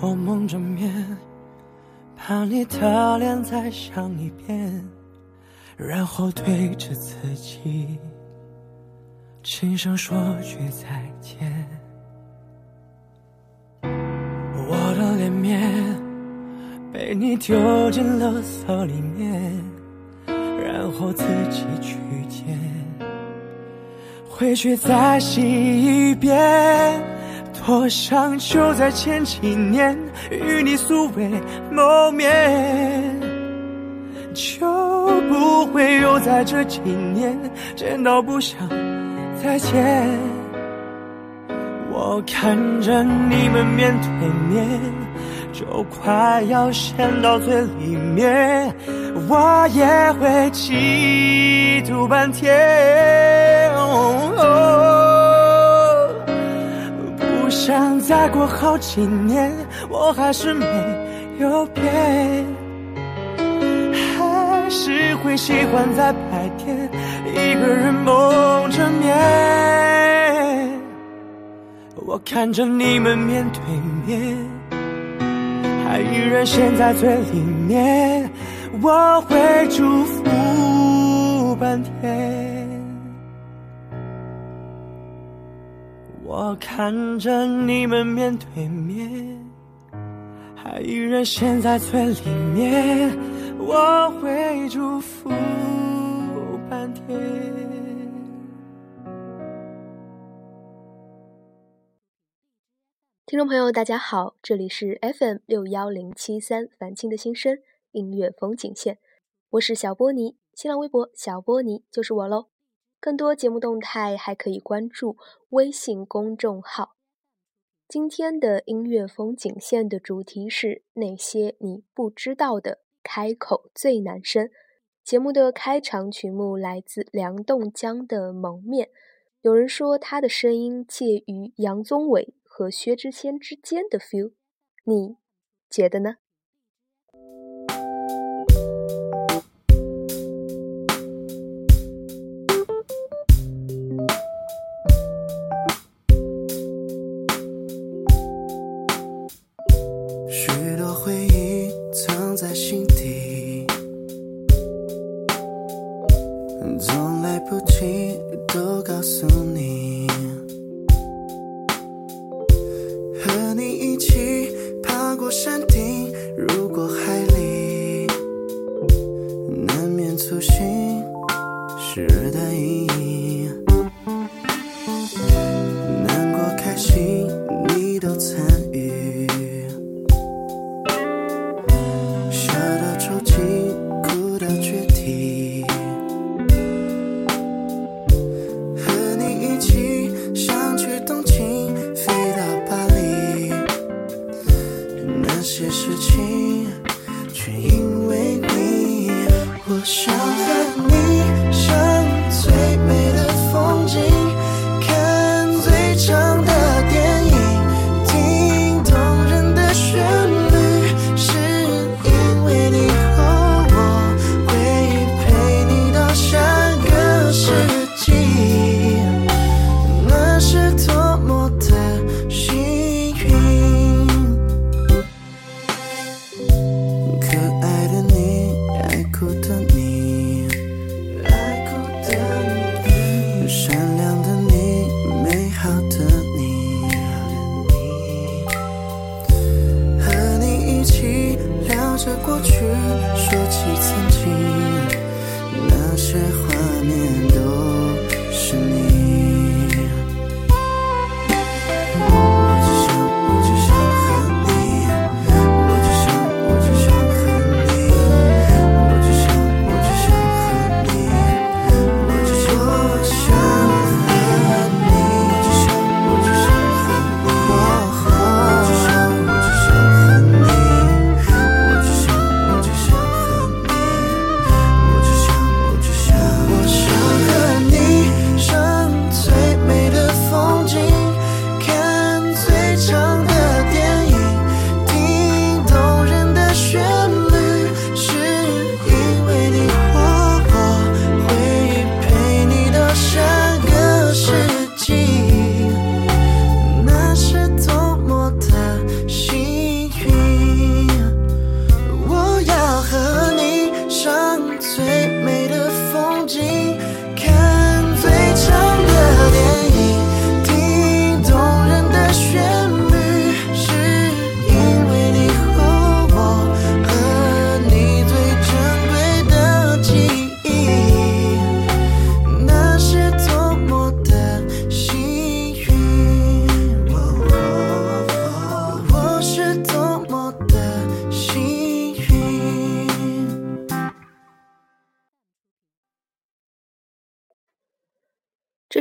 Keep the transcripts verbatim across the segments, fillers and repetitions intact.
我蒙着面，把你的脸再想一遍，然后对着自己轻声说句再见。我的脸面被你丢进垃圾里面，然后自己去捡，回去再洗一遍。多想就在前几年与你素未谋面，就不会有在这几年见到不想再见。我看着你们面对面，就快要陷到最里面，我也会嫉妒半天。哦哦，不想再过好几年，我还是没有变，还是会喜欢在白天一个人蒙着面。我看着你们面对面，还依然陷在最里面，我会祝福半天。我看着你们面对面，还依然陷在最里面，我会祝福半天。 听众朋友大家好，这里是 F M 六一零七三凡青的心声音乐风景线，我是小波尼，新浪微博小波尼就是我咯。更多节目动态还可以关注微信公众号。今天的音乐风景线的主题是那些你不知道的开口最难声。节目的开场曲目来自梁栋江的《蒙面》，有人说他的声音介于杨宗纬和薛之谦之间的 feel， 你觉得呢？ 许多回忆藏在心底，总来不及都告诉你，和你一起爬过山顶，入过海里，难免粗心时的意义，难过开心你都参与，笑到抽筋哭到决堤，和你一起想去东京飞到巴黎，那些事情却因为你，我想和你赏最美的风景，看最长的电影，听动人的旋律，是因为你和我会陪你到下个世纪，那是多么的幸运。可爱的你，爱哭的你，爱哭的你，善良的你，美好的你，和你一起聊着过去，说起曾经，那些画面都是你。我只想，我只想和你，我只想，我只想和你，我只想，我只想和你，我只想，我想和你，我只想，我只想和你，我只想，我只想和你，我只想，我只想和你，我只想，我只想，我想和你赏最美的风景，看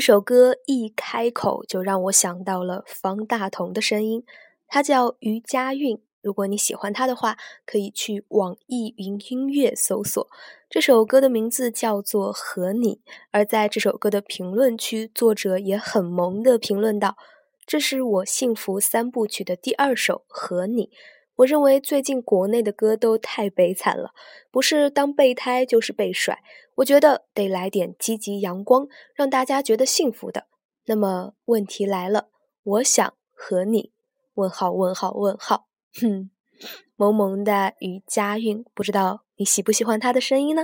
首歌一开口就让我想到了方大同的声音，他叫于佳韵。如果你喜欢他的话，可以去网易云音乐搜索。这首歌的名字叫做《和你》，而在这首歌的评论区，作者也很萌地评论道：这是我幸福三部曲的第二首《和你》。我认为最近国内的歌都太悲惨了，不是当备胎就是被甩，我觉得得来点积极阳光，让大家觉得幸福的。那么问题来了，我想和你问号问号问号哼，萌萌的于佳韵，不知道你喜不喜欢她的声音呢？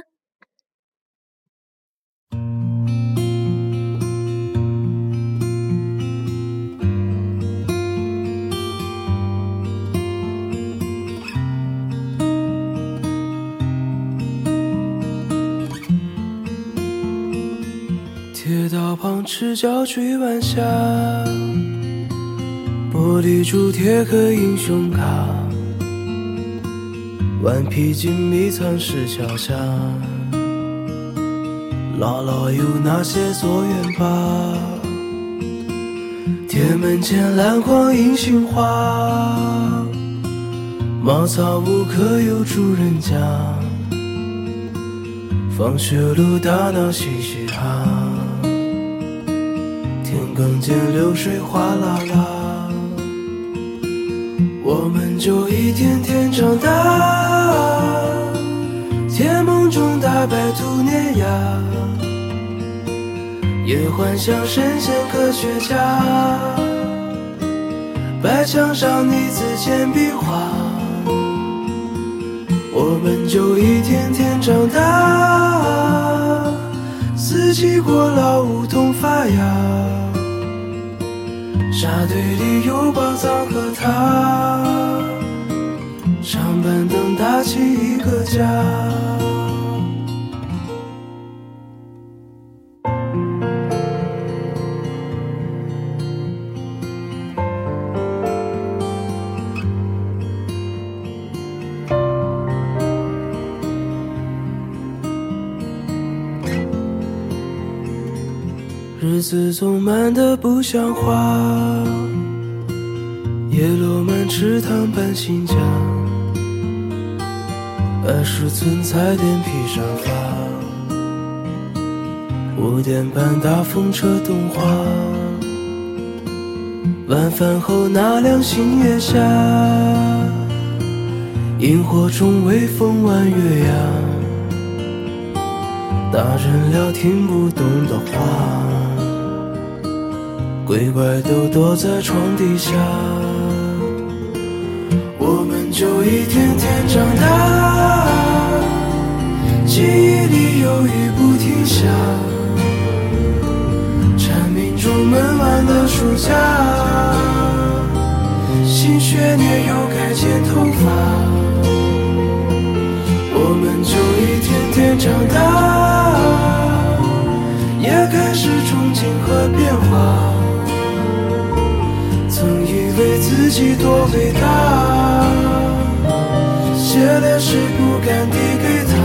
铁道旁赤脚追晚霞，玻璃珠贴个英雄卡，顽皮筋迷藏石桥下，姥姥有那些作业吧。铁门前篮筐银杏花，茅草屋可有住人家，放学路打闹嘻嘻哈，田埂间流水哗啦啦，我们就一天天长大，甜梦中大白兔碾压，也幻想神仙科学家，白墙上你字简笔画，我们就一天天长大，四季过老梧桐发芽，沙堆里有宝藏和他，长板凳搭起一个家。日子总慢得不像话，叶落满池塘搬新家，二十寸彩电披沙发，五点半大风车动画，晚饭后那辆星月下，萤火虫微风弯月牙，大人聊听不懂的话，鬼怪都躲在床底下，我们就一天天长大，记忆里有雨不停下，蝉鸣中闷完的暑假，新学年又该剪头发，我们就一天天长大，也开始憧憬和变化，曾以为自己多伟大，写了诗不敢递给他，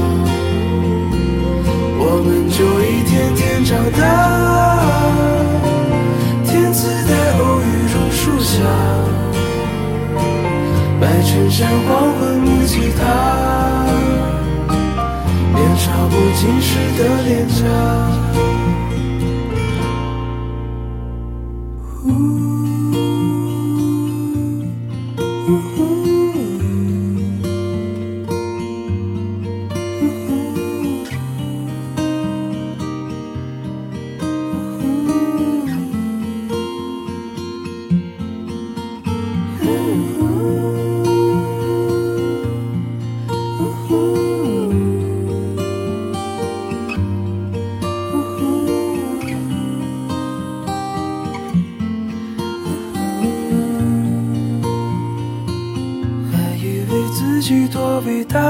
我们就一天天长大，天自带偶遇榕树下，白衬衫黄昏木吉他，年少不经事的脸颊。自己多伟大，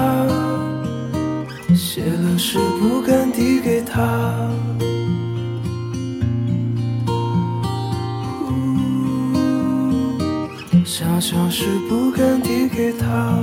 写了诗不敢递给他，想想诗不敢递给他。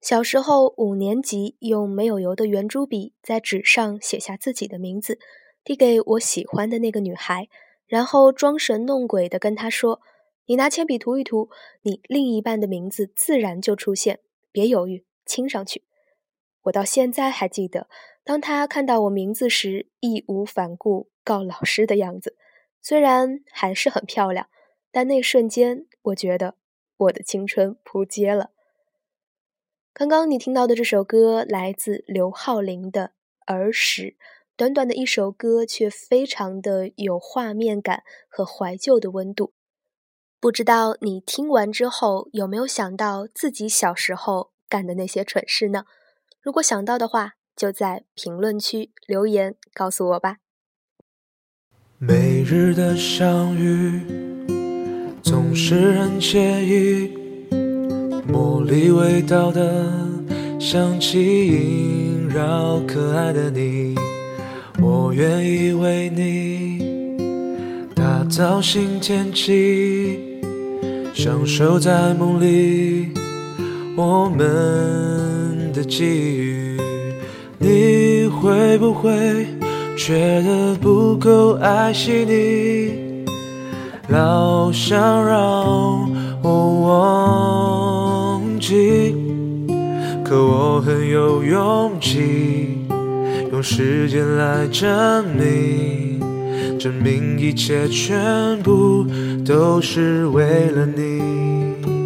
小时候五年级，用没有油的圆珠笔在纸上写下自己的名字，递给我喜欢的那个女孩，然后装神弄鬼地跟她说，你拿铅笔涂一涂，你另一半的名字自然就出现，别犹豫，亲上去。我到现在还记得，当她看到我名字时义无反顾告老师的样子，虽然还是很漂亮，但那瞬间我觉得我的青春扑街了。刚刚你听到的这首歌来自刘浩霖的《儿时》，短短的一首歌却非常的有画面感和怀旧的温度。不知道你听完之后有没有想到自己小时候干的那些蠢事呢？如果想到的话，就在评论区留言告诉我吧。 每日的相遇总是很惬意，茉莉味道的香气萦绕可爱的你，我愿意为你打造新天气，享受在梦里我们的际遇。你会不会觉得不够爱惜你，老想让我忘记，可我很有勇气，用时间来证明，证明一切全部都是为了你。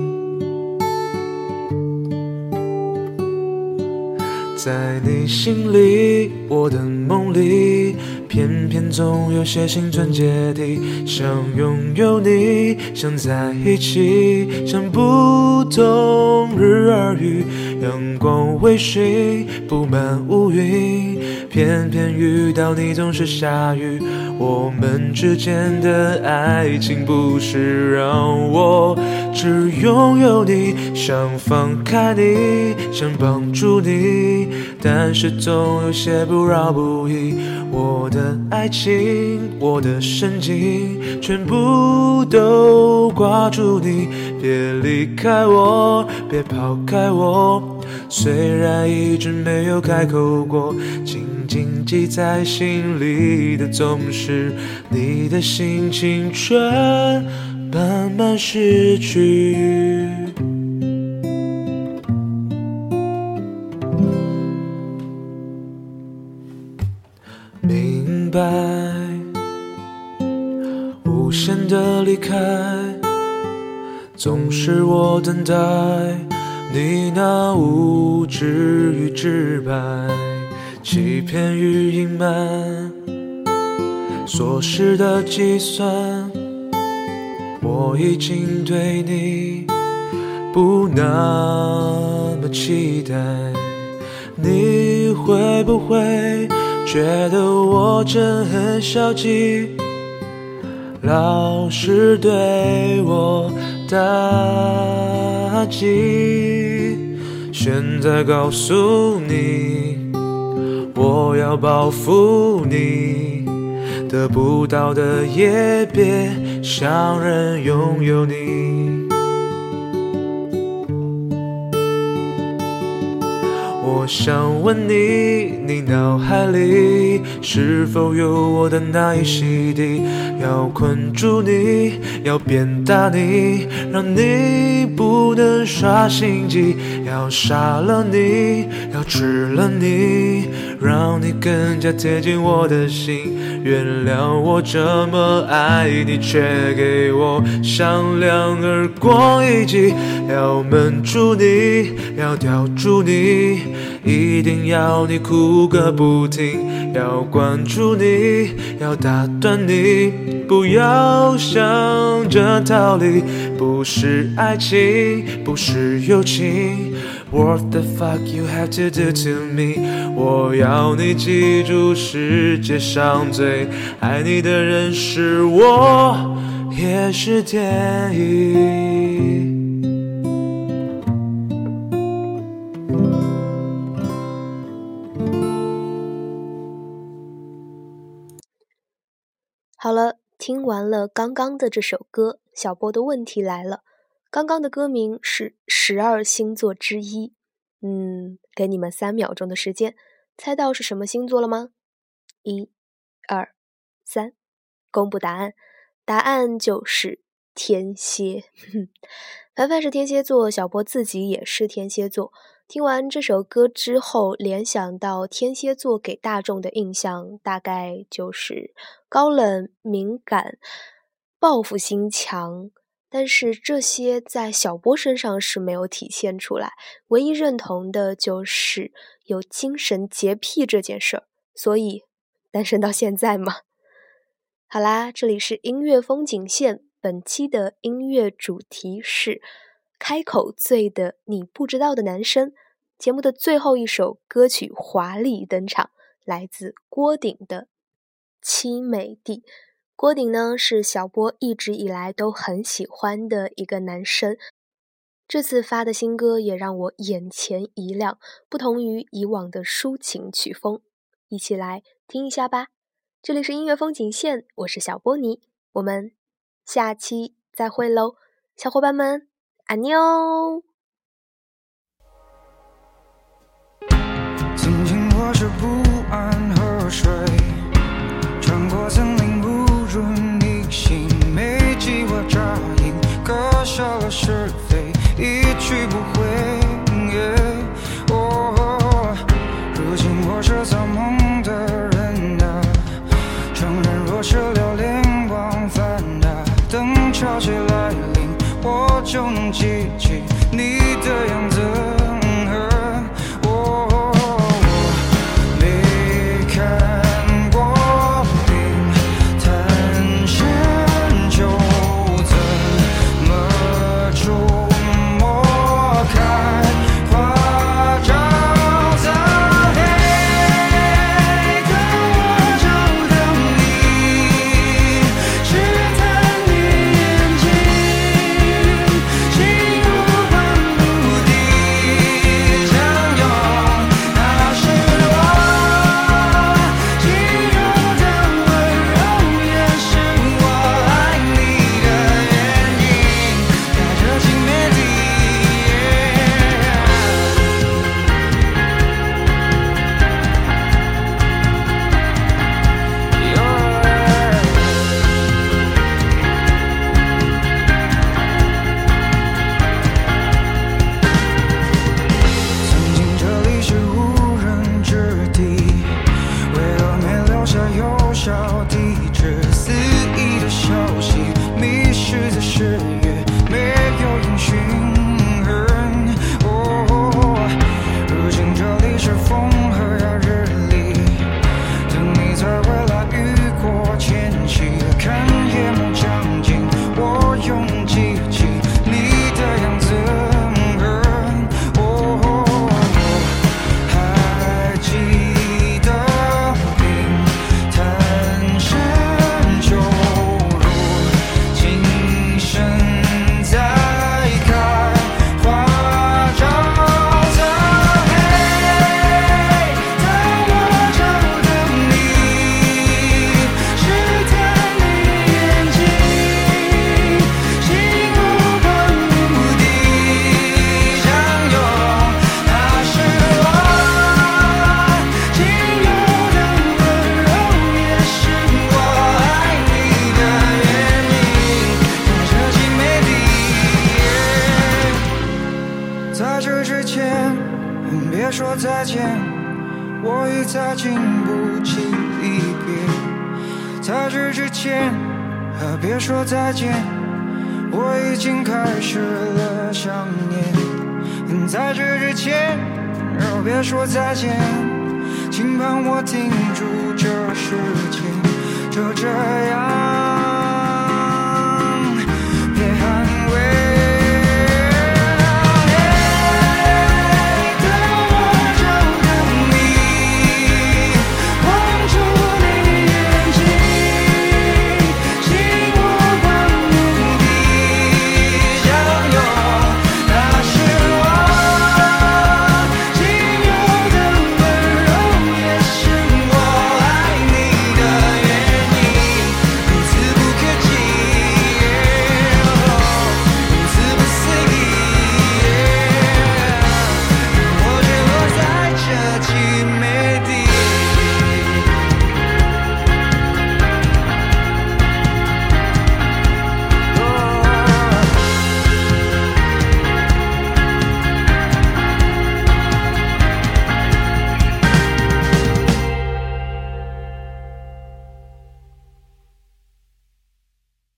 在你心里，我的梦里，偏偏总有些心存芥蒂，想拥有你，想在一起，想不冬日而语，阳光微醺，布满乌云，偏偏遇到你总是下雨。我们之间的爱情不是让我只拥有你，想放开你，想帮助你，但是总有些不饶不义。我的爱情，我的神经，全部都挂住你，别离开我，别抛开我，虽然一直没有开口过，紧紧记在心里的总是你的心，青春慢慢逝去。明白无限的离开，总是我等待你那无知与直白，欺骗与隐瞒，琐事的计算，我已经对你不那么期待。你会不会觉得我真很消极，老是对我打击？现在告诉你，我要报复你，得不到的也别想人拥有你。我想问你，你脑海里是否有我的那一席地？要困住你，要鞭打你，让你不能耍心机，要杀了你，要吃了你，让你更加贴近我的心。原谅我这么爱你，却给我响亮耳光一击，要闷住你，要吊住你，一定要你哭个不停，要关注你，要打断你，不要想着逃离，不是爱情，不是友情， What the fuck you have to do to me？ 我要你记住，世界上最爱你的人是我，也是天意。 好了，听完了刚刚的这首歌，小波的问题来了。刚刚的歌名是十二星座之一， 嗯，给你们三秒钟的时间，猜到是什么星座了吗？一、二、三，公布答案。答案就是天蝎。凡凡是天蝎座，小波自己也是天蝎座。听完这首歌之后，联想到天蝎座给大众的印象，大概就是高冷、敏感、报复心强。但是这些在小波身上是没有体现出来，唯一认同的就是有精神洁癖这件事儿，所以单身到现在嘛。好啦，这里是音乐风景线，本期的音乐主题是开口醉的你不知道的男生。节目的最后一首歌曲华丽登场，来自郭顶的凄美地。郭顶呢是小波一直以来都很喜欢的一个男生，这次发的新歌也让我眼前一亮，不同于以往的抒情曲风，一起来听一下吧。这里是音乐风景线，我是小波尼，我们下期再会喽，小伙伴们，安妞。 曾经我是不安河水，穿过森林不准逆行，没计划扎营，割舍了是非，一去不回。哦，如今我是造梦的人啊，承认若是流连忘返啊，等潮起来临，我就能记起你的样子。别说再见，我已在经不起离别。在这之前，别说再见，我已经开始了想念。在这之前，别说再见，请帮我停住这时间，就这样。